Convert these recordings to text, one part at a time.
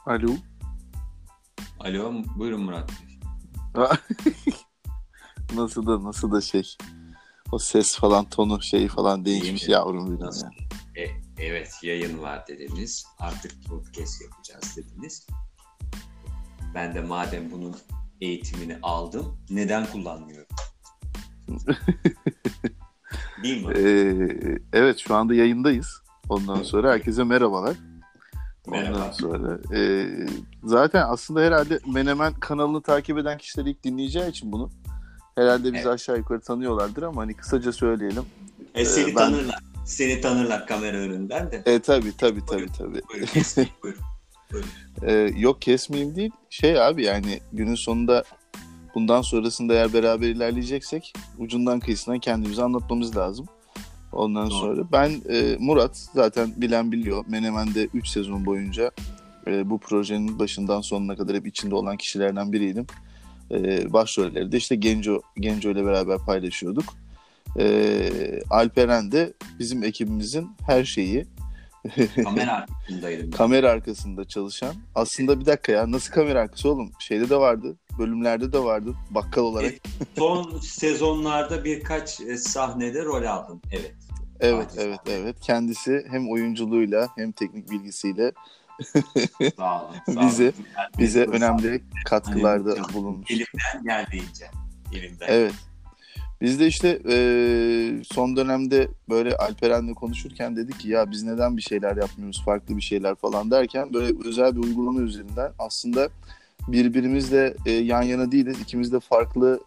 Alo. Alo, buyurun Murat Bey. Nasıl da o ses falan tonu falan değişmiş yavrum benim Nasıl? ya. Evet, yayın var dediniz. Artık podcast yapacağız dediniz. Ben de madem bunun eğitimini aldım, neden kullanmıyorum? Değil mi? Evet, şu anda yayındayız. Ondan sonra herkese merhabalar. Merhaba. Ondan sonra zaten aslında herhalde Menemen kanalını takip eden kişiler ilk dinleyeceği için bunu herhalde bizi aşağı yukarı tanıyorlardır ama hani kısaca söyleyelim. Seni tanırlar. Seni tanırlar kamera önünden de. Tabii. Buyurun kesmeyin, buyurun. Yok, kesmeyeyim değil. Abi, yani günün sonunda bundan sonrasında eğer beraber ilerleyeceksek ucundan kıyısından kendimizi anlatmamız lazım. Ondan sonra ben Murat, zaten bilen biliyor. Menemen'de 3 sezon boyunca bu projenin başından sonuna kadar hep içinde olan kişilerden biriydim. Başrolleri de işte Genco ile beraber paylaşıyorduk. Alperen de bizim ekibimizin her şeyi. Kamera arkasındaydım. Kamera arkasında çalışan. Aslında bir dakika ya, nasıl kamera arkası oğlum? Şeyde de vardı, bölümlerde de vardı bakkal olarak. Son sezonlarda birkaç sahnede rol aldım. Evet. Kendisi hem oyunculuğuyla hem teknik bilgisiyle sağ olun. bize önemli katkılarda bulunmuş. Elimden geldiğince. Evet. Biz de işte son dönemde böyle Alperen'le konuşurken dedik ki ya biz neden bir şeyler yapmıyoruz, farklı bir şeyler falan derken böyle özel bir uygulama üzerinden aslında birbirimizle yan yana değiliz. İkimiz de farklı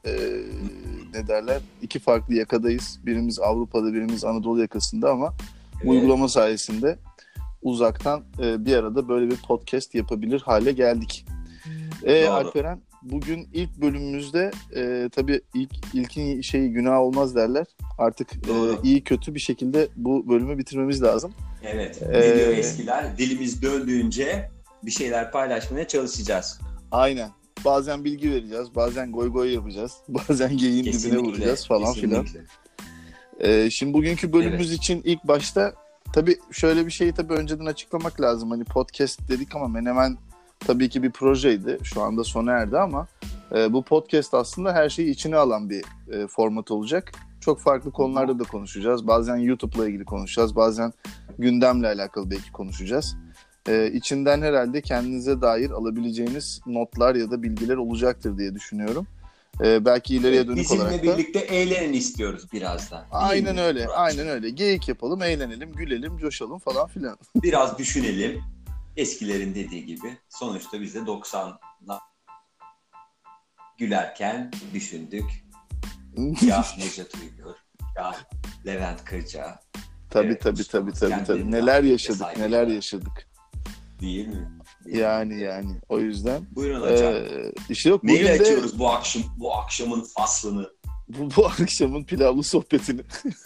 iki farklı yakadayız. Birimiz Avrupa'da, birimiz Anadolu yakasında ama bu uygulama sayesinde uzaktan bir arada böyle bir podcast yapabilir hale geldik. Alperen, bugün ilk bölümümüzde tabii ilkin şeyi günah olmaz derler. Artık iyi kötü bir şekilde bu bölümü bitirmemiz lazım. Evet. Ne diyor eskiler? Dilimiz döndüğünce bir şeyler paylaşmaya çalışacağız. Aynen. Bazen bilgi vereceğiz, bazen goy goy yapacağız, bazen geyiğin dibine vuracağız falan filan. Şimdi bugünkü bölümümüz için ilk başta tabii şöyle bir şeyi tabii önceden açıklamak lazım. Hani podcast dedik ama Menemen tabii ki bir projeydi. Şu anda sona erdi ama bu podcast aslında her şeyi içine alan bir format olacak. Çok farklı konularda da konuşacağız. Bazen YouTube'la ilgili konuşacağız. Bazen gündemle alakalı belki konuşacağız. İçinden herhalde kendinize dair alabileceğiniz notlar ya da bilgiler olacaktır diye düşünüyorum. Belki ileriye dönük olarak da. Bizimle birlikte eğlenin istiyoruz birazdan. Aynen öyle. Geyik yapalım, eğlenelim, gülelim, coşalım falan filan. Biraz düşünelim. Eskilerin dediği gibi. Sonuçta biz de 90'lar gülerken düşündük. Ya Nejat Uygur, ya Levent Kırca. Tabii. Neler yaşadık. Değil mi? Yani o yüzden. Buyurun hocam. İşte yok. Neyle açıyoruz bu akşamın faslını? Bu akşamın pilavlı sohbetini.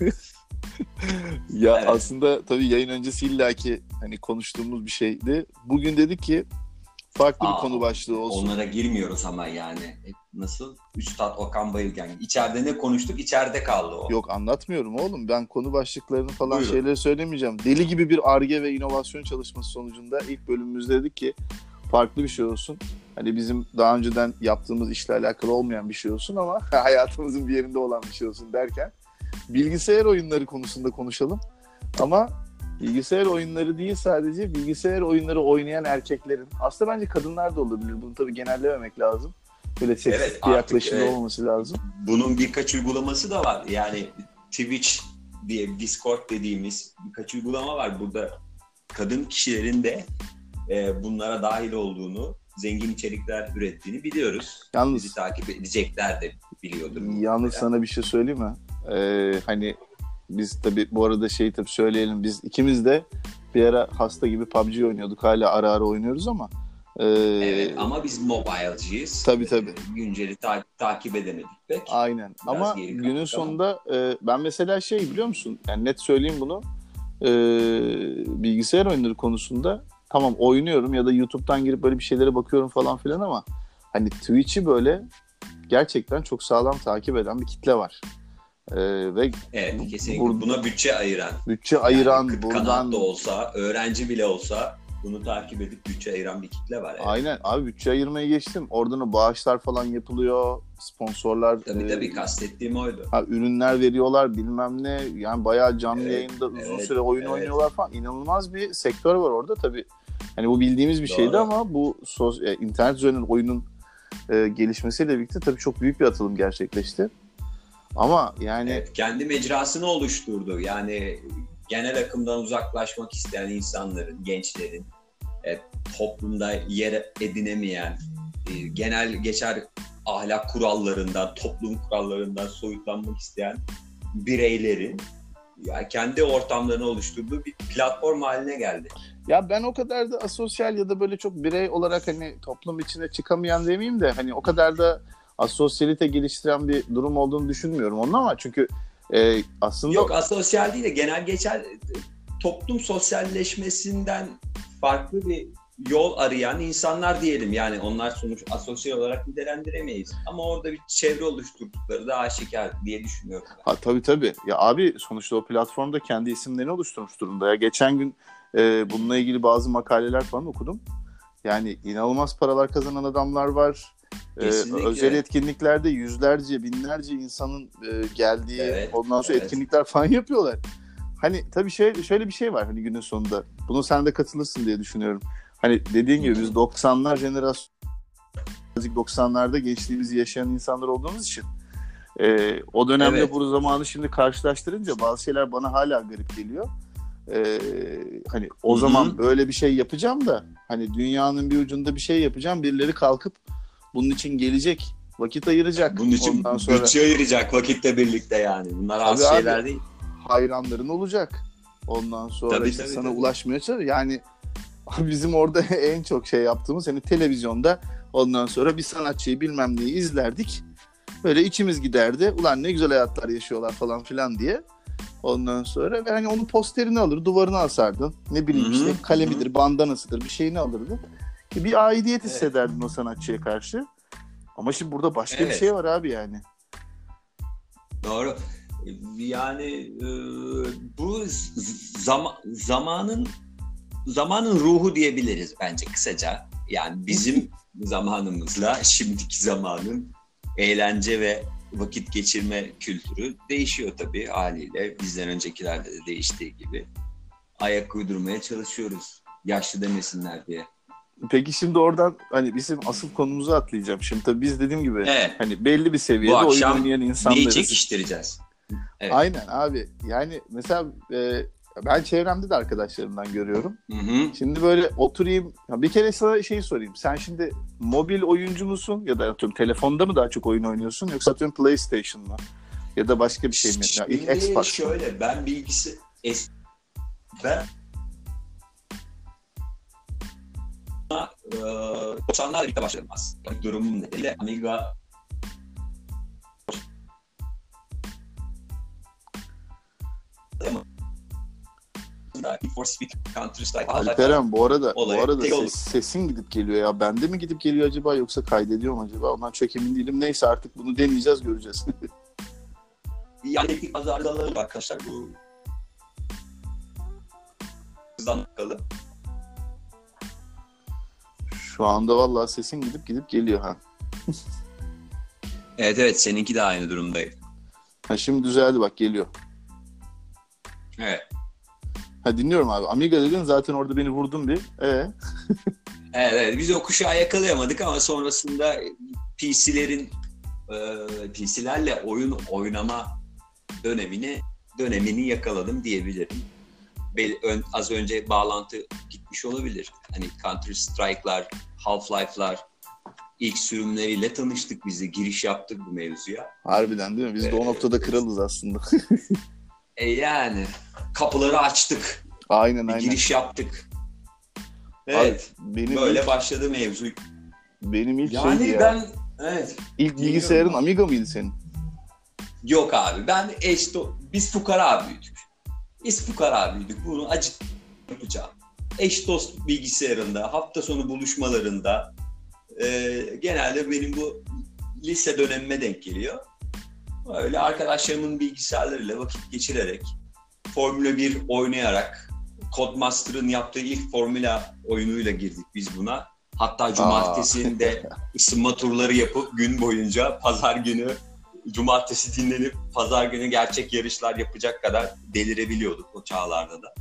Ya evet. Aslında tabii yayın öncesi illaki hani konuştuğumuz bir şeydi. Bugün dedik ki farklı bir konu başlığı olsun. Onlara girmiyoruz ama yani. Nasıl? Üstad Okan Bayülgen. İçeride ne konuştuk? İçeride kaldı o. Yok, anlatmıyorum oğlum. Ben konu başlıklarını falan şeyleri söylemeyeceğim. Deli gibi bir Ar-Ge ve inovasyon çalışması sonucunda ilk bölümümüzde dedik ki farklı bir şey olsun. Hani bizim daha önceden yaptığımız işle alakalı olmayan bir şey olsun ama hayatımızın bir yerinde olan bir şey olsun derken bilgisayar oyunları konusunda konuşalım. Ama bilgisayar oyunları değil, sadece bilgisayar oyunları oynayan erkeklerin. Aslında bence kadınlar da olabilir. Bunu tabii genellememek lazım. Böyle seksist bir yaklaşımda olması lazım. Bunun birkaç uygulaması da var. Yani Twitch diye, Discord dediğimiz birkaç uygulama var. Burada kadın kişilerin de bunlara dahil olduğunu, zengin içerikler ürettiğini biliyoruz. Yalnız, bizi takip edecekler de biliyordur. Yalnız sana bir şey söyleyeyim mi? Hani biz tabii bu arada tabii söyleyelim. Biz ikimiz de bir ara hasta gibi PUBG oynuyorduk. Hala ara oynuyoruz ama evet, ama biz mobileciyız. Tabii. Günceli takip edemedik pek. Aynen. Biraz ama günün sonunda ben mesela biliyor musun? Yani net söyleyeyim bunu. Bilgisayar oyunları konusunda tamam oynuyorum ya da YouTube'dan girip böyle bir şeylere bakıyorum falan filan ama hani Twitch'i böyle gerçekten çok sağlam takip eden bir kitle var. Ve kesinlikle buna bütçe ayıran. Yani buradan da olsa, öğrenci bile olsa bunu takip edip bütçe ayıran bir kitle var. Yani. Aynen abi, bütçe ayırmayı geçtim. Oradan o bağışlar falan yapılıyor. Sponsorlar. Tabii kastettiğim oydu. Ürünler veriyorlar bilmem ne. Yani bayağı canlı Evet, yayında uzun evet, süre oyun evet. oynuyorlar falan. İnanılmaz bir sektör var orada tabii. Hani bu bildiğimiz bir Doğru. şeydi ama bu internet üzerinden oyunun gelişmesiyle birlikte tabii çok büyük bir atılım gerçekleşti. Ama yani Evet, kendi mecrasını oluşturdu. Yani genel akımdan uzaklaşmak isteyen insanların, gençlerin, toplumda yer edinemeyen, genel geçer ahlak kurallarından, toplum kurallarından soyutlanmak isteyen bireylerin yani kendi ortamlarını oluşturduğu bir platform haline geldi. ya ben o kadar da asosyal ya da böyle çok birey olarak hani toplum içine çıkamayan demeyeyim de hani o kadar da asosyalite geliştiren bir durum olduğunu düşünmüyorum onun, ama çünkü aslında Yok, asosyal değil de genel geçer toplum sosyalleşmesinden farklı bir yol arayan insanlar diyelim. Yani onlar sonuç asosyal olarak nitelendiremeyiz. Ama orada bir çevre oluşturdukları da aşikar diye düşünüyorum. ha, tabii. Ya abi sonuçta o platformda kendi isimlerini oluşturmuş durumda. Ya geçen gün bununla ilgili bazı makaleler falan okudum. Yani inanılmaz paralar kazanan adamlar var. Kesinlikle. Özel etkinliklerde yüzlerce, binlerce insanın geldiği, Evet, ondan sonra evet. etkinlikler falan yapıyorlar. Hani tabii şöyle bir şey var hani günün sonunda. Bunu sen de katılırsın diye düşünüyorum. Hani dediğin gibi biz 90'lar jenerasyonu, 90'larda gençliğimizi yaşayan insanlar olduğumuz için o dönemde Evet. bu zamanı şimdi karşılaştırınca bazı şeyler bana hala garip geliyor. Hani o zaman böyle bir şey yapacağım da hani dünyanın bir ucunda bir şey yapacağım, birileri kalkıp bunun için gelecek, vakit ayıracak. Bunun için ondan sonra bütçe ayıracak vakitle birlikte yani. Bunlar az Tabii şeyler abi, değil. hayranların olacak. Ondan sonra Tabii, işte tabii, sana tabii. ulaşmaya çalışıyor. Yani bizim orada en çok şey yaptığımız hani televizyonda ondan sonra bir sanatçıyı bilmem neyi izlerdik. Böyle içimiz giderdi. Ulan ne güzel hayatlar yaşıyorlar falan filan diye. Ondan sonra ve hani onun posterini alır, duvarına asardın. Ne bileyim işte kalemidir, bandanasıdır, bir şeyini alırdın. Bir aidiyet hissederdin o sanatçıya karşı. Ama şimdi burada başka bir şey var abi yani. Doğru. Yani bu zamanın ruhu diyebiliriz bence kısaca. Yani bizim zamanımızla şimdiki zamanın eğlence ve vakit geçirme kültürü değişiyor tabii haliyle. Bizden öncekilerde de değiştiği gibi. Ayak uydurmaya çalışıyoruz. Yaşlı demesinler diye. Peki şimdi oradan hani bizim asıl konumuza atlayacağım. Şimdi tabii biz dediğim gibi hani belli bir Bu seviyede oyun akşam oynayan insanlarız. neyi çekiştireceğiz? Evet. Aynen abi. Yani mesela ben çevremde de arkadaşlarımdan görüyorum. Şimdi böyle oturayım. Bir kere sana şeyi sorayım. Sen şimdi mobil oyuncu musun? Ya da atıyorum telefonda mı daha çok oyun oynuyorsun? Yoksa atıyorum PlayStation mı? Ya da başka bir şey mi? Şimdi Xbox şöyle ben ben 90'lar birlikte başladım aslında. Durumum nedeniyle Amiga Need for Speed, Counter Strike. Alperen bu arada sesin gidip geliyor ya. Bende mi gidip geliyor acaba yoksa kaydediyor mu acaba? Ondan çok emin değilim. Neyse artık bunu deneyeceğiz, göreceğiz. Yani elektrik arızaları var arkadaşlar. Bu hızdan bakalım. Şu anda vallahi sesin gidip geliyor ha. Evet seninki de aynı durumdaydı. Ha şimdi düzeldi bak, geliyor. Evet. Ha dinliyorum abi. Amiga dedin zaten, orada beni vurdun bir. Evet biz o kuşağı yakalayamadık ama sonrasında PC'lerle oyun oynama dönemini yakaladım diyebilirim. Az önce bağlantı gitmiş olabilir. Hani Counter Strike'lar, Half-Life'lar ilk sürümleriyle tanıştık biz de. Giriş yaptık bu mevzuya. Harbiden değil mi? Biz de o noktada kralız aslında. Yani kapıları açtık. Aynen. Giriş yaptık. Evet. Abi, böyle başladı mevzu. Benim ilk yani şeydi ben ya. evet. İlk bilgisayarın Amiga mıydı senin? Yok abi. Biz fukara büyüdük. Bunu acı yapacağım. Eş dost bilgisayarında, hafta sonu buluşmalarında genelde benim bu lise dönemime denk geliyor. Öyle arkadaşlarımın bilgisayarlarıyla vakit geçirerek, Formula 1 oynayarak Codemaster'ın yaptığı ilk Formula oyunuyla girdik biz buna. Hatta cumartesinde ısınma turları yapıp gün boyunca pazar günü cumartesi dinlenip pazar günü gerçek yarışlar yapacak kadar delirebiliyorduk o çağlarda da.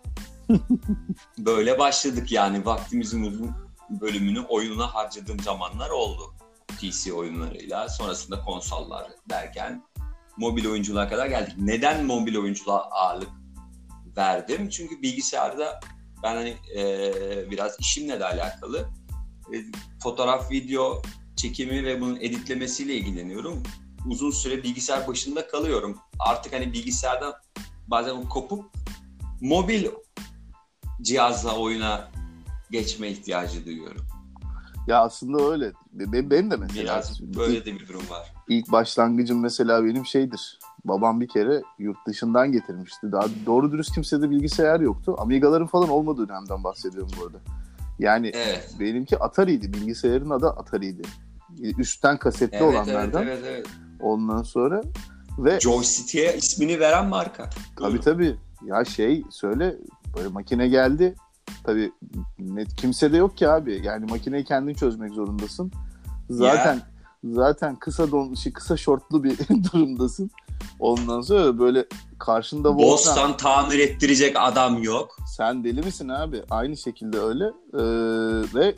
Böyle başladık yani, vaktimizin uzun bölümünü oyununa harcadığım zamanlar oldu. PC oyunlarıyla, sonrasında konsollar derken mobil oyunculuğa kadar geldik. Neden mobil oyunculuğa ağırlık verdim? Çünkü bilgisayarda ben hani biraz işimle de alakalı fotoğraf, video çekimi ve bunun editlemesiyle ilgileniyorum. Uzun süre bilgisayar başında kalıyorum. Artık hani bilgisayardan bazen kopup mobil cihazla oyuna geçme ihtiyacı duyuyorum. Ya aslında öyle. Benim de mesela. Biraz böyle de bir durum var. İlk başlangıcım mesela benim şeydir. Babam bir kere yurt dışından getirmişti. Daha doğru dürüst kimsede bilgisayar yoktu. Amiga'ların falan olmadığı dönemden bahsediyorum bu arada. Yani evet. Benimki Atari'ydi. Bilgisayarın adı Atari'ydi. Üstten kasetli olanlardan. Evet. Ondan sonra ve Joystick'e ismini veren marka. Tabii. Ya söyle, böyle makine geldi. Tabii kimse de yok ki abi. Yani makineyi kendin çözmek zorundasın. Zaten kısa şortlu bir durumdasın. Ondan sonra böyle karşında Bostan tamir ettirecek adam yok. Sen deli misin abi? Aynı şekilde öyle. Ve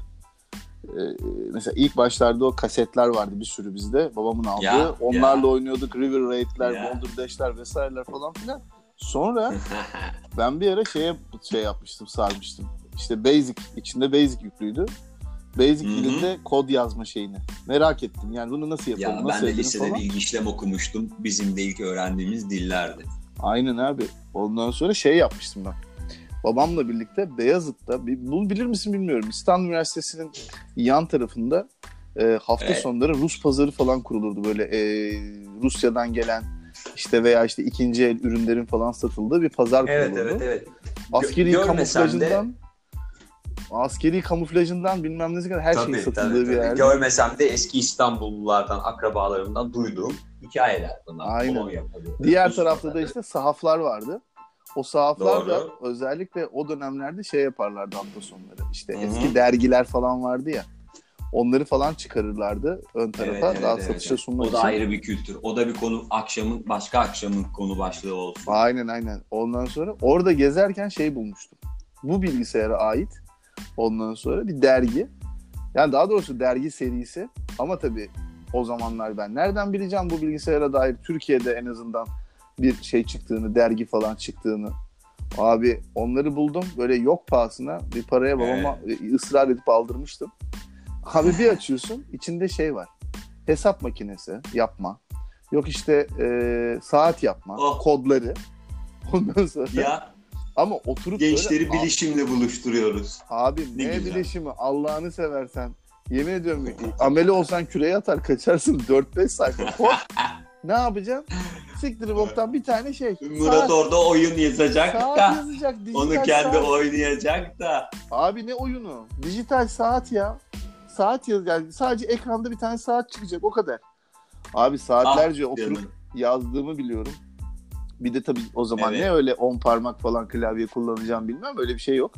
mesela ilk başlarda o kasetler vardı bir sürü bizde. Babamın aldığı. Onlarla oynuyorduk. River Raid'ler, Boulder Dash'ler vesaireler falan filan. Sonra ben bir ara yapmıştım, sarmıştım. İşte içinde Basic yüklüydü. Basic dilinde kod yazma şeyini. Merak ettim. Yani bunu nasıl yapalım? Ben de lisede bilgi işlem okumuştum. Bizim de ilk öğrendiğimiz dillerdi. Aynen abi. Ondan sonra yapmıştım ben. Babamla birlikte Beyazıt'ta, bunu bilir misin bilmiyorum. İstanbul Üniversitesi'nin yan tarafında hafta sonları Rus pazarı falan kurulurdu. Böyle Rusya'dan gelen veya ikinci el ürünlerin falan satıldığı bir pazar kurulurdu. Evet. Askeri kamuflajından bilmem ne kadar her şeyin satıldığı bir yerde. Görmesem de eski İstanbullulardan, akrabalarımdan duyduğum hikayeler bunlar. Aynen. Diğer tarafta da sahaflar vardı. O sahaflar da özellikle o dönemlerde yaparlardı hafta sonları. Eski dergiler falan vardı ya. Onları falan çıkarırlardı ön tarafa daha satışa sunmak için. O da ayrı bir kültür. O da bir konu, başka akşamın konu başlığı olsun. Aynen. Ondan sonra orada gezerken bulmuştum. Bu bilgisayara ait ondan sonra bir dergi. Yani daha doğrusu dergi serisi. Ama tabii o zamanlar ben nereden bileceğim bu bilgisayara dair Türkiye'de en azından bir çıktığını, dergi falan çıktığını. Abi onları buldum. Böyle yok pahasına bir paraya babama ısrar edip aldırmıştım. Abi bir açıyorsun, içinde var. Hesap makinesi yapma. Yok saat yapma. Kodları. Ondan sonra. Ama oturup gençleri bilişimle buluşturuyoruz. Abi ne bilişimi? Allah'ını seversen. Yemin ediyorum ameli olsan küreye atar kaçarsın 4-5 sayfa. Kod. Ne yapacaksın? Siktir boktan bir tane Murat orada oyun yazacak saat da. Yazacak, onu kendi oynayacak da. Abi ne oyunu? Dijital saat ya. Saat yani sadece ekranda bir tane saat çıkacak o kadar. Abi saatlerce oturup yazdığımı biliyorum. Bir de tabii o zaman ne öyle 10 parmak falan klavye kullanacağım bilmem, öyle bir şey yok.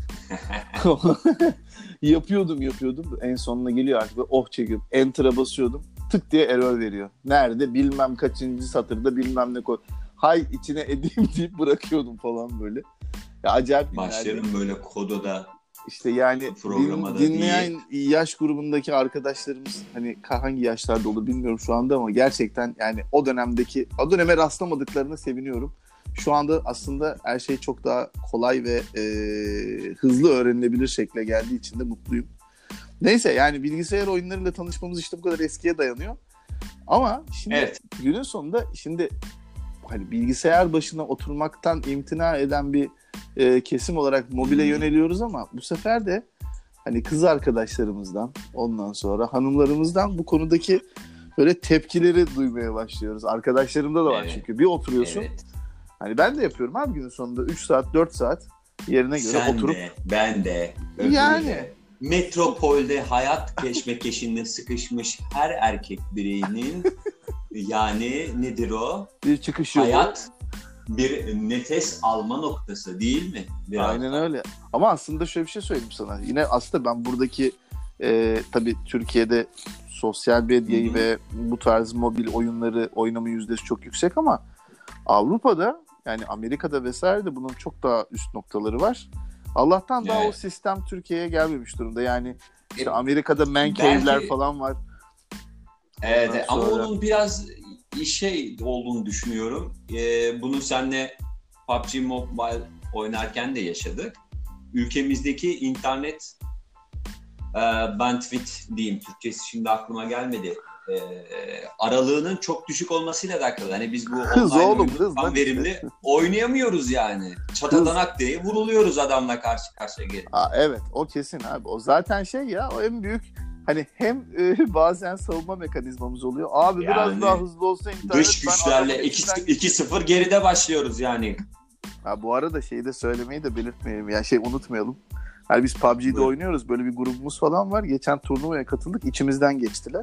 Yapıyordum. En sonuna geliyor artık ve çekiyorum. Enter'a basıyordum. Tık diye error veriyor. Nerede? Bilmem kaçıncı satırda bilmem ne koy. Hay içine edeyim deyip bırakıyordum falan böyle. Ya acayip. Başlarım böyle kododa. Yani dinleyen yaş grubundaki arkadaşlarımız hangi yaşlarda olur bilmiyorum şu anda ama gerçekten yani o döneme rastlamadıklarına seviniyorum. Şu anda aslında her şey çok daha kolay ve hızlı öğrenilebilir şekle geldiği için de mutluyum. Neyse yani bilgisayar oyunlarıyla tanışmamız bu kadar eskiye dayanıyor. Ama şimdi günün sonunda bilgisayar başına oturmaktan imtina eden bir kesim olarak mobile yöneliyoruz ama bu sefer de kız arkadaşlarımızdan, ondan sonra hanımlarımızdan bu konudaki böyle tepkileri duymaya başlıyoruz. Arkadaşlarımda da var çünkü bir oturuyorsun. Ben de yapıyorum abi günün sonunda 3 saat 4 saat yerine göre oturup. Ben de. Yani. Metropolde hayat keşmekeşinde sıkışmış her erkek bireyinin yani nedir o? Bir çıkış yolu. Hayat bir nefes alma noktası değil mi? Biraz Aynen öyle. Ama aslında şöyle bir şey söyleyeyim sana. Yine aslında ben buradaki tabii Türkiye'de sosyal medyayı ve bu tarz mobil oyunları oynama yüzdesi çok yüksek ama Avrupa'da yani Amerika'da vesaire de bunun çok daha üst noktaları var. Allah'tan daha o sistem Türkiye'ye gelmemiş durumda. Yani işte Amerika'da man cave'ler falan var. Evet ama onun biraz şey olduğunu düşünüyorum. Bunu seninle PUBG Mobile oynarken de yaşadık. Ülkemizdeki internet bandwidth diyeyim, Türkçesi şimdi aklıma gelmedi. Aralığının çok düşük olmasıyla alakalı. Hani biz bu online oyunu tam verimli oynayamıyoruz yani. Çatadanak diye vuruluyoruz adamla karşı karşıya gelip. Evet, o kesin abi. O zaten şey ya, o en büyük hani hem bazen savunma mekanizmamız oluyor. Abi yani, biraz daha hızlı olsa internet. Dış güçlerle 2-0 geride başlıyoruz yani. Ha, bu arada şeyi de söylemeyi de belirtmeyelim. Yani unutmayalım. Yani biz PUBG'de oynuyoruz. Böyle bir grubumuz falan var. Geçen turnuvaya katıldık. İçimizden geçtiler.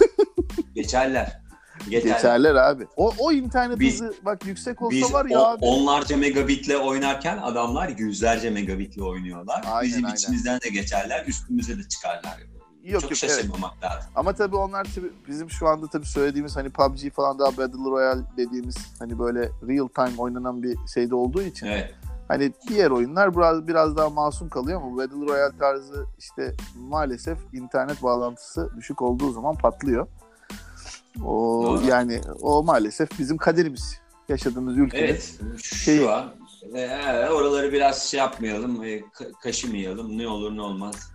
Geçerler abi. O internet hızı bak yüksek olsa var ya abi. Onlarca megabitle oynarken adamlar yüzlerce megabitle oynuyorlar. Bizim içimizden de geçerler. Üstümüze de çıkarlar. Çok şaşırmamak lazım. Ama tabii onlar bizim şu anda tabii söylediğimiz hani PUBG falan daha Battle Royale dediğimiz hani böyle real time oynanan bir şeyde olduğu için. Evet. Hani diğer oyunlar biraz daha masum kalıyor ama Battle Royale tarzı işte maalesef internet bağlantısı düşük olduğu zaman patlıyor. Doğru. Yani o maalesef bizim kaderimiz. Yaşadığımız ülkede. Evet. Şu an oraları biraz şey yapmayalım, kaşımayalım. Ne olur ne olmaz.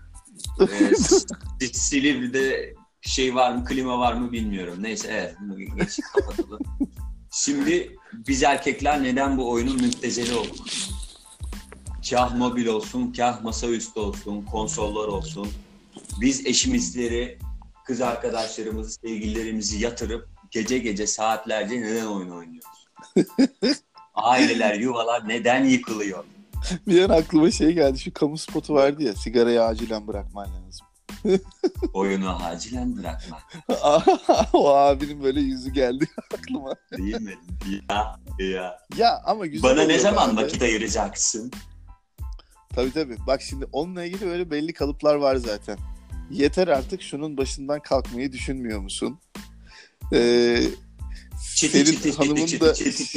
Silivri'de şey var mı, klima var mı bilmiyorum. Neyse evet. Geç kapatalım. Şimdi biz erkekler neden bu oyunun müptezeli olduk? Kah mobil olsun, kah masaüstü olsun, konsollar olsun. Biz eşimizleri, kız arkadaşlarımızı, sevgililerimizi yatırıp gece gece saatlerce neden oyun oynuyoruz? Aileler, yuvalar neden yıkılıyor? Bir an aklıma şey geldi. Şu kamu spotu vardı ya. Sigarayı acilen bırakman lazım. Oyunu acilen bırakmak. O abinin böyle yüzü geldi aklıma. Değil mi? Ya ama güzel. Bana ne zaman abi vakit ayıracaksın? Tabii. Bak şimdi onunla ilgili böyle belli kalıplar var zaten. Yeter artık şunun başından kalkmayı düşünmüyor musun? Senin hanımın da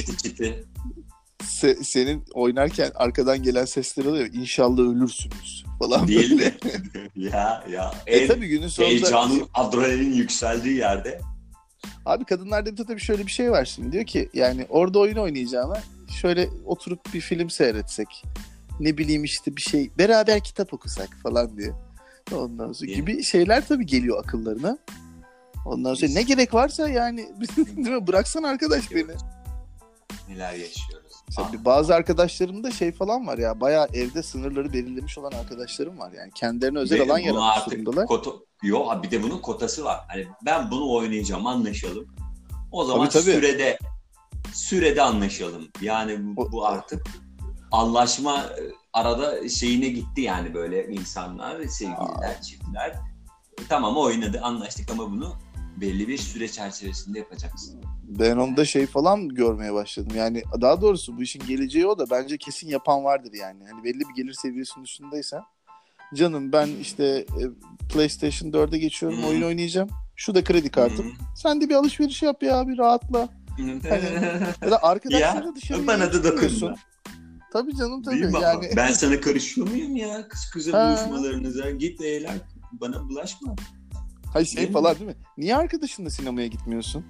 senin oynarken arkadan gelen sesler oluyor. İnşallah ölürsünüz falan. Değil mi? ya. Tabii günün sonunda heyecanın, adrenalin yükseldiği yerde. Abi kadınlarda da tabii şöyle bir şey var şimdi. Diyor ki yani orada oyun oynayacağına şöyle oturup bir film seyretsek. Ne bileyim işte bir şey. Beraber kitap okusak falan diye. Ondan sonra gibi şeyler tabii geliyor akıllarına. Ondan sonra ne gerek varsa yani değil mi? Bıraksan arkadaş beni. Neler yaşıyoruz. Bazı arkadaşlarım da şey falan var ya. Bayağı evde sınırları belirlemiş olan arkadaşlarım var. Yani kendilerine özel alan yaratmış durumdalar. Yok bir de bunun kotası var. Hani ben bunu oynayacağım, anlaşalım. O zaman tabii. Sürede anlaşalım. Yani bu artık anlaşma arada şeyine gitti yani böyle insanlar, sevgililer, çiftler. Tamam oynadı, anlaştık ama bunu belli bir süre çerçevesinde yapacaksın. Ben onda şey falan görmeye başladım. Yani daha doğrusu bu işin geleceği o da bence kesin yapan vardır yani. Hani belli bir gelir seviyesinin üstündeysen. Canım ben işte PlayStation 4'e geçiyorum, oyun oynayacağım. Şu da kredi kartım. Sen de bir alışveriş yap ya, bir rahatla. Hani, ya da arkadaşlarla dışarıya çıkıyorsun. Tabii canım tabii. Yani... Ben sana karışıyor muyum ya? Kız kıza buluşmalarınıza git eğlen. Bana bulaşma. Hayır şey falan değil mi? Niye arkadaşınla sinemaya gitmiyorsun?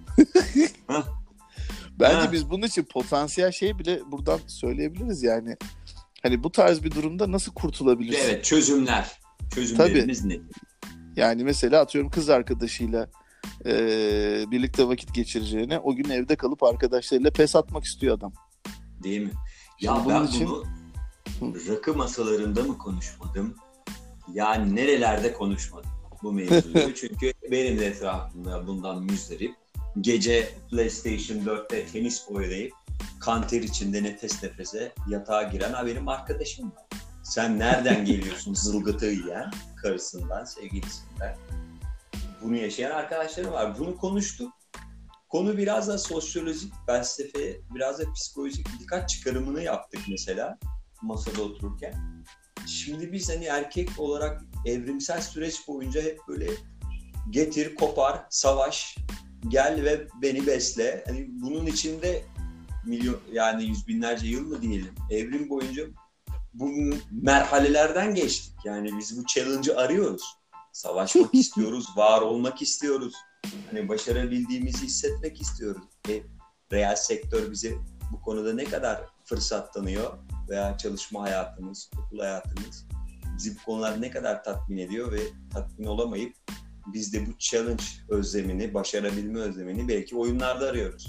Bence biz bunun için potansiyel şeyi bile buradan söyleyebiliriz yani. Hani bu tarz bir durumda nasıl kurtulabilirsin? Evet, çözümlerimiz ne? Yani mesela atıyorum kız arkadaşıyla birlikte vakit geçireceğine o gün evde kalıp arkadaşlarıyla pes atmak istiyor adam. Değil mi? Ya şimdi ben bunu rakı masalarında mı konuşmadım? Yani nerelerde konuşmadım bu mevzuyu. Çünkü benim de etrafımda bundan müzdarip. Gece PlayStation 4'te tenis oynayıp kanter içinde nefes nefese yatağa giren benim arkadaşım var. Sen nereden geliyorsun zılgıtı yiyen karısından, sevgilisinden? Bunu yaşayan arkadaşlarım var. Bunu konuştuk. konu biraz da sosyolojik, felsefe, biraz da psikolojik birkaç çıkarımını yaptık mesela masada otururken. Şimdi biz hani erkek olarak evrimsel süreç boyunca hep böyle getir, kopar, savaş, gel ve beni besle. Hani bunun içinde milyon, yani yüz binlerce yıl mı diyelim, evrim boyunca bu merhalelerden geçtik. Yani biz bu challenge'ı arıyoruz. Savaşmak istiyoruz, var olmak istiyoruz. Hani başarabildiğimizi hissetmek istiyoruz. Reel sektör bize bu konuda ne kadar fırsat tanıyor veya çalışma hayatımız, okul hayatımız bizi bu konular ne kadar tatmin ediyor ve tatmin olamayıp biz de bu challenge özlemini, başarabilme özlemini belki oyunlarda arıyoruz.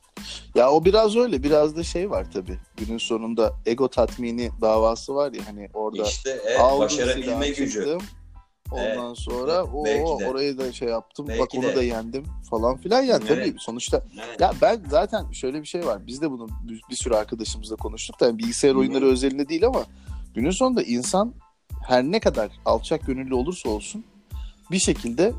Ya o biraz öyle. Biraz da şey var tabii. Günün sonunda ego tatmini davası var ya, hani orada İşte başarabilme gücü. Ondan sonra orayı da şey yaptım. Bak onu da yendim falan filan. Yani tabii sonuçta ya ben zaten şöyle bir şey var. Biz de bunu bir sürü arkadaşımızla konuştuk da yani bilgisayar oyunları özelinde değil ama günün sonunda insan her ne kadar alçak gönüllü olursa olsun bir şekilde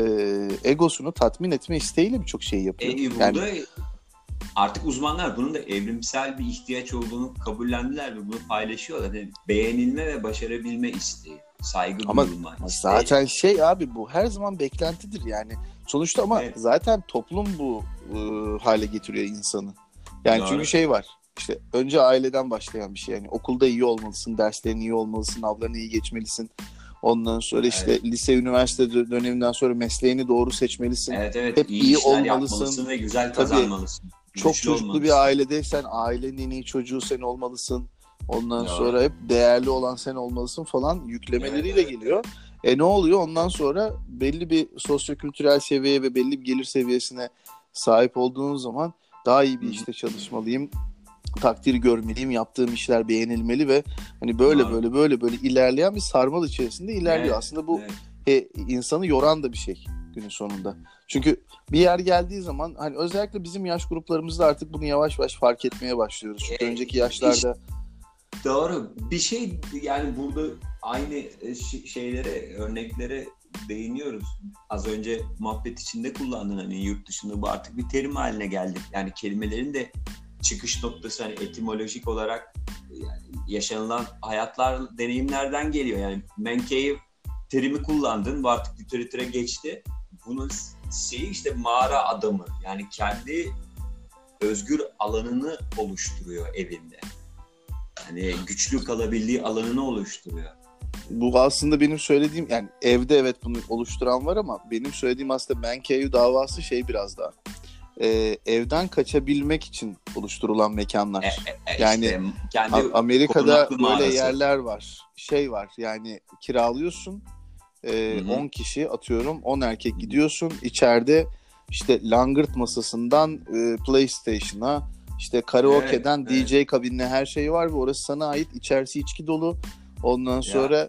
egosunu tatmin etme isteğiyle birçok şey yapıyor. Burada artık uzmanlar bunun da evrimsel bir ihtiyaç olduğunu kabullendiler ve bunu paylaşıyorlar. Yani beğenilme ve başarabilme isteği, saygı duyulma isteği. Zaten şey abi, bu her zaman beklentidir yani. Sonuçta ama zaten toplum bu hale getiriyor insanı. Yani doğru. Çünkü şey var. İşte önce aileden başlayan bir şey. Yani okulda iyi olmalısın, derslerin iyi olmalısın, sınavlarını iyi geçmelisin. Ondan sonra işte lise, üniversite döneminden sonra mesleğini doğru seçmelisin. Evet, hep iyi olmalısın ve güzel kazanmalısın. Çok çocuklu bir ailedeysen ailenin en iyi çocuğu sen olmalısın. Ondan sonra hep değerli olan sen olmalısın falan yüklemeleriyle geliyor. Ne oluyor? Ondan sonra belli bir sosyokültürel seviyeye ve belli bir gelir seviyesine sahip olduğun zaman daha iyi bir işte çalışmalıyım. Takdir görmeliyim, yaptığım işler beğenilmeli ve hani böyle ilerleyen bir sarmal içerisinde ilerliyor. Aslında bu insanı yoran da bir şey günün sonunda. Çünkü bir yer geldiği zaman hani özellikle bizim yaş gruplarımızda artık bunu yavaş yavaş fark etmeye başlıyoruz. Çünkü önceki yaşlarda doğru. Bir şey yani burada aynı şeylere, örneklere değiniyoruz. Az önce muhabbet içinde kullandın hani yurt dışında bu artık bir terim haline geldi. Yani kelimelerin de çıkış noktası hani etimolojik olarak yani yaşanılan hayatlar, deneyimlerden geliyor. Yani man cave terimi kullandın, bu artık literatüre geçti. Bunun şeyi işte mağara adamı. Yani kendi özgür alanını oluşturuyor evinde. Yani güçlü kalabildiği alanını oluşturuyor. Bu aslında benim söylediğim, yani evde evet bunu oluşturan var ama benim söylediğim aslında man cave davası şey biraz daha. Evden kaçabilmek için oluşturulan mekanlar. Yani işte Amerika'da böyle yerler var. Şey var yani kiralıyorsun. 10 kişi atıyorum 10 erkek gidiyorsun. İçeride işte langırt masasından PlayStation'a işte karaoke'den DJ kabinine her şey var ve orası sana ait. İçerisi içki dolu. Ondan sonra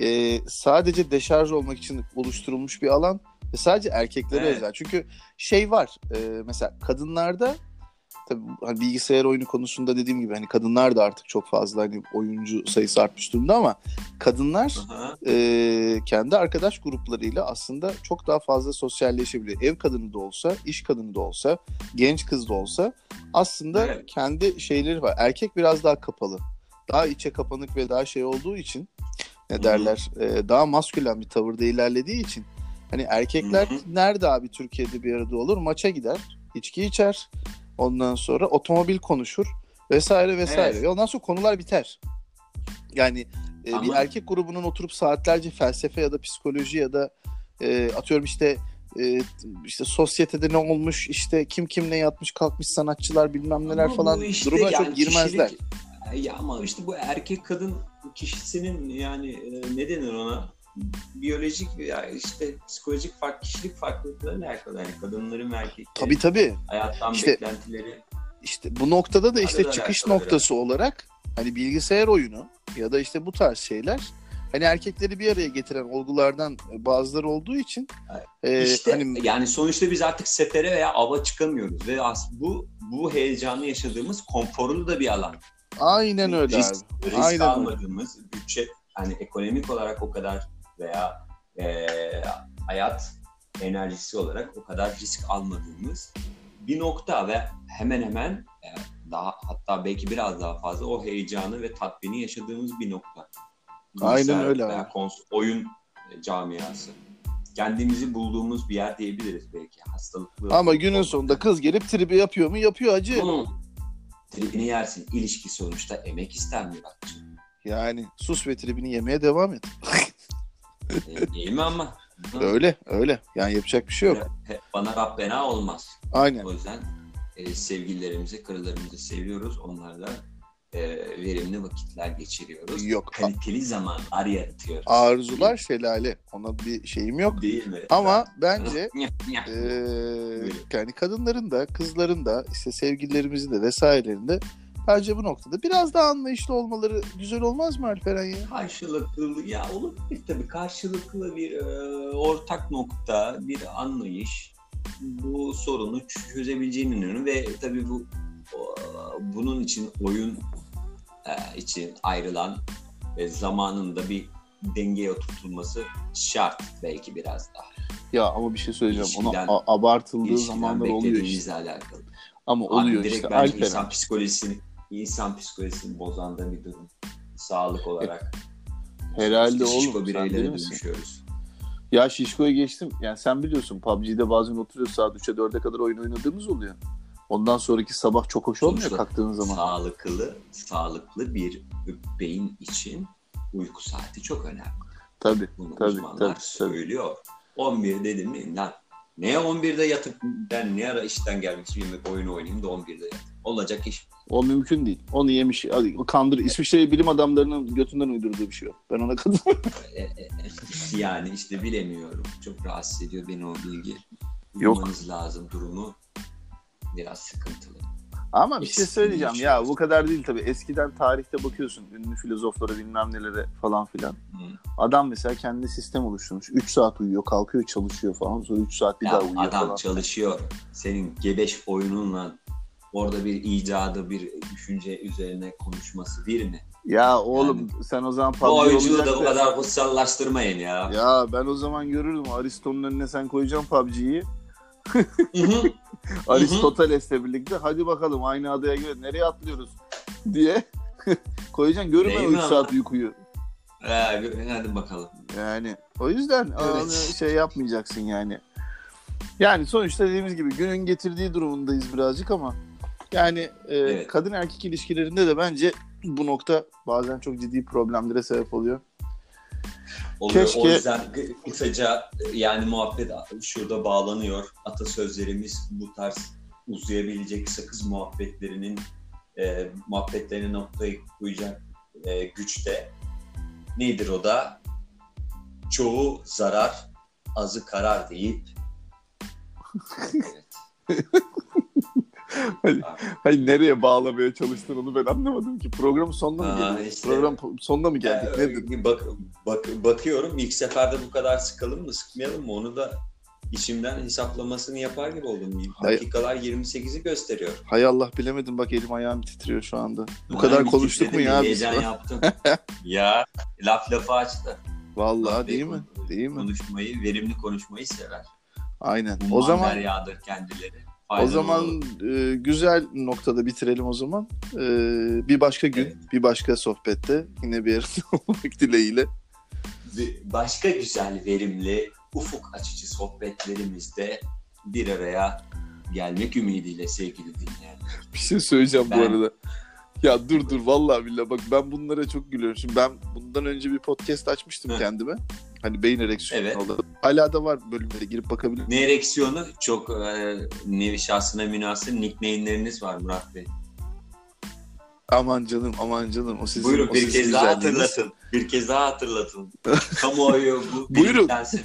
sadece deşarj olmak için oluşturulmuş bir alan. Ve sadece erkeklere özel. Çünkü şey var. Mesela kadınlarda tabii hani bilgisayar oyunu konusunda dediğim gibi hani kadınlar da artık çok fazla hani oyuncu sayısı artmış durumda ama kadınlar kendi arkadaş gruplarıyla aslında çok daha fazla sosyalleşebiliyor. Ev kadını da olsa, iş kadını da olsa, genç kız da olsa aslında kendi şeyleri var. Erkek biraz daha kapalı. Daha içe kapanık ve daha şey olduğu için ne derler? Daha maskülen bir tavırda ilerlediği için hani erkekler nerede abi Türkiye'de bir arada olur? Maça gider, içki içer. Ondan sonra otomobil konuşur vesaire vesaire. Ve ondan sonra konular biter. Yani bir erkek grubunun oturup saatlerce felsefe ya da psikoloji ya da atıyorum işte sosyetede ne olmuş, işte kim ne yatmış kalkmış sanatçılar bilmem neler ama falan işte durumuna yani çok girmezler. Ya ama işte bu erkek kadın kişisinin yani ne denir ona? Biyolojik veya işte psikolojik kişilik farklılıklarıyla alakalı. Yani kadınların ve erkeklerin hayattan işte, beklentileri. İşte bu noktada da işte çıkış noktası olarak hani bilgisayar oyunu ya da işte bu tarz şeyler hani erkekleri bir araya getiren olgulardan bazıları olduğu için işte hani yani sonuçta biz artık sefere veya ava çıkamıyoruz ve bu heyecanı yaşadığımız konforlu da bir alan. Aynen öyle risk Aynen almadığımız bütçe hani ekonomik olarak o kadar veya hayat enerjisi olarak o kadar risk almadığımız bir nokta ve hemen hemen daha, hatta belki biraz daha fazla o heyecanı ve tatmini yaşadığımız bir nokta. Aynen öyle abi. Oyun camiası. Kendimizi bulduğumuz bir yer diyebiliriz belki. Hastalıklı. Ama günün sonunda kız gelip tribi yapıyor mu? Yapıyor hacı. Tribini yersin. İlişki sonuçta emek ister Muratcığım. Yani sus ve tribini yemeye devam et. Değil mi ama? Öyle. Yani yapacak bir şey yok. Bana Rabbena olmaz. Aynen. O yüzden sevgililerimizi, karılarımızı seviyoruz. Onlarla verimli vakitler geçiriyoruz. Yok. Kaliteli zamanlar yaratıyoruz. Arzular şelale. Ona bir şeyim yok. Değil mi? Ama bence yani kadınların da, kızların da, işte sevgililerimizin de vesairelerinde bence bu noktada biraz daha anlayışlı olmaları güzel olmaz mı Alperen ya? Karşılıklı ya olabilir tabii. Karşılıklı bir ortak nokta, bir anlayış bu sorunu çözebileceğinin önü ve tabii bunun için oyun için ayrılan zamanında bir dengeye oturtulması şart belki biraz daha. Ya ama bir şey söyleyeceğim. Ona abartıldığı zamanlar oluyor işte. Alakalı. Ama oluyor direkt işte. Bence insan psikolojisini bozan da bir durum. Sağlık olarak. Herhalde işte oğlum. Sen değil misin? Ya şişkoya geçtim. Yani sen biliyorsun PUBG'de bazen oturuyoruz saat 3'e 4'e kadar oyun oynadığımız oluyor. Ondan sonraki sabah çok hoş olmuyor kalktığın zaman. Sağlıklı bir beyin için uyku saati çok önemli. Tabii. Bunu uzmanlar söylüyor. 11 dedim mi? Lan neye 11'de yatıp ben ne ara işten gelmişim yemek oyunu oynayayım da 11'de yatıp. Olacak iş. O mümkün değil. Onu yemiş. Kandır. İsviçre bilim adamlarının götünden uydurduğu bir şey yok. Ben ona katılıyorum. Yani işte bilemiyorum. Çok rahatsız ediyor beni o bilgi. Yok. Lazım durumu biraz sıkıntılı. Ama bir şey söyleyeceğim ya bu kadar değil tabii. Eskiden tarihte bakıyorsun ünlü filozoflara bilmem nelere falan filan. Adam mesela kendi sistem oluşturmuş. 3 saat uyuyor, kalkıyor, çalışıyor falan. Sonra 3 saat bir daha uyuyor adam falan. Çalışıyor. Senin gebeş oyununla orada bir icadı, bir düşünce üzerine konuşması bir mi? Ya oğlum yani, sen o zaman PUBG bu oyunculuğu da bu kadar kutsallaştırmayın ya. Ya ben o zaman görürdüm. Aristo'nun önüne sen koyacaksın PUBG'yi. Aristoteles'le birlikte hadi bakalım aynı adaya göre nereye atlıyoruz diye koyacaksın. Görme o 3 saat uykuyu. Hadi bakalım. Yani o yüzden şey yapmayacaksın yani. Yani sonuçta dediğimiz gibi günün getirdiği durumundayız birazcık ama yani kadın erkek ilişkilerinde de bence bu nokta bazen çok ciddi problemlere sebep oluyor. Keşke... O yüzden kısaca yani muhabbet şurada bağlanıyor. Atasözlerimiz bu tarz uzayabilecek sakız muhabbetlerine noktayı koyacak güçte. Nedir o da? Çoğu zarar, azı karar deyip. Evet. Hayır nereye bağlamaya çalıştın onu ben anlamadım ki. Programın sonuna mı geldik? İşte, program sonuna mı geldik? Nedir? Bakıyorum ilk seferde bu kadar sıkalım mı sıkmayalım mı onu da işimden hesaplamasını yapar gibi oldum. Dakikalar 28'i gösteriyor. Hay Allah bilemedim bak elim ayağım titriyor şu anda. Bu kadar konuştuk mu ya? Heyecan yaptım. Ya lafı açtı. Vallahi değil mi? Değil mi? Verimli konuşmayı sever. Aynen. O zaman yağdır kendileri. O zaman güzel noktada bitirelim o zaman. Bir başka gün, bir başka sohbette yine bir arada olmak dileğiyle. Başka güzel, verimli, ufuk açıcı sohbetlerimizde bir araya gelmek ümidiyle sevgili dinleyenler. Bir şey söyleyeceğim bu arada. Ya dur vallahi billahi bak ben bunlara çok gülüyorum. Şimdi ben bundan önce bir podcast açmıştım kendime. Hani beyin ereksiyonu oldu. Hala da var bölümlere girip bakabilir. Ne ereksiyonu? Çok nevi şahsına münasır nickname'leriniz var Murat Bey. Aman canım. O sizin. Buyurun bir kez daha hatırlatın. Bir kez daha hatırlatın. Kamuoyu bu bilinçlensin.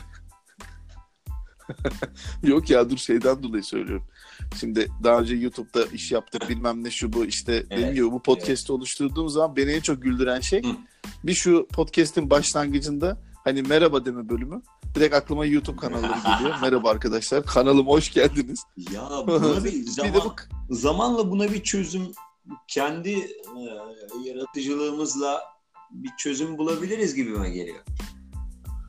Yok ya dur şeyden dolayı söylüyorum. Şimdi daha önce YouTube'da iş yaptık bilmem ne şu bu işte dediğim gibi bu podcast'ı oluşturduğum zaman beni en çok güldüren şey bir şu podcast'in başlangıcında hani merhaba deme bölümü. Direkt aklıma YouTube kanalları geliyor. Merhaba arkadaşlar kanalıma hoş geldiniz. Ya buna bir zamanla buna bir çözüm kendi yaratıcılığımızla bir çözüm bulabiliriz gibime geliyor.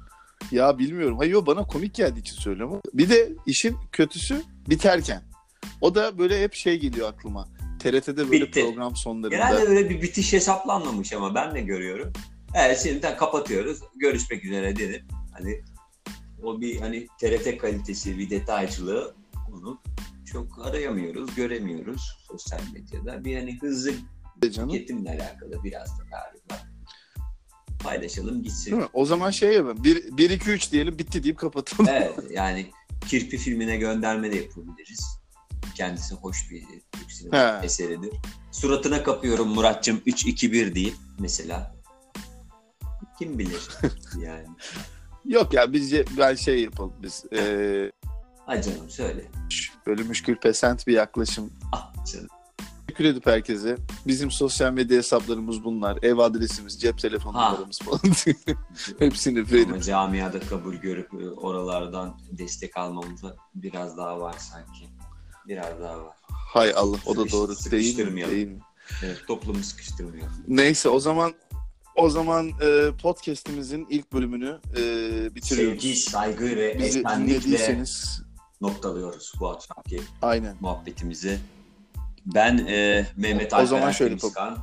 Ya bilmiyorum. Hayır bana komik geldiği için söylüyorum. Bir de işin kötüsü biterken. O da böyle hep şey geliyor aklıma. TRT'de böyle Bitti. program sonlarında. Genelde böyle bir bitiş hesaplanmamış ama ben de görüyorum. Evet, şimdi kapatıyoruz. Görüşmek üzere denip hani o bir hani TRT kalitesi, bir detaycılığı onu çok arayamıyoruz, göremiyoruz sosyal medyada. Bir hani hızlı Canım. tüketimle alakalı biraz da galiba. Paylaşalım gitsin. Değil mi? O zaman şey yapalım. 1 2 3 diyelim, bitti deyip kapatalım. Evet, yani Kirpi filmine gönderme de yapabiliriz. Kendisi hoş bir Türk sinema eseridir. Suratına kapıyorum Muratcığım 3-2-1 deyip mesela. Kim bilir yani. Yok ya, ben şey yapalım biz. Ha canım söyle. Böyle müşkül pesent bir yaklaşım. Ah canım. Teşekkür edip herkese. Bizim sosyal medya hesaplarımız bunlar. Ev adresimiz, cep telefon numaramız falan. Hepsini verip. Ama camiada kabul görüp oralardan destek almamıza biraz daha var sanki. Biraz daha var. Hay Allah, o da doğru. Değil mi? Evet, toplumu sıkıştırmıyor. Neyse, o zaman podcast'imizin ilk bölümünü bitiriyoruz. Sevgi, saygı ve Bizi esenlikle noktalıyoruz bu akşamki aynen muhabbetimizi. Ben Mehmet Alperen. O zaman şöyle Temizkan.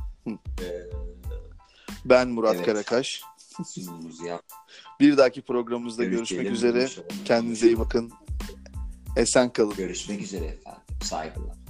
Ben Murat Evet. Karakaş. Sunumumuzu yap. Bir dahaki programımızda görüşmek üzere. Kendinize iyi bakın. Esen kalın. Görüşmek üzere efendim. Saygılar.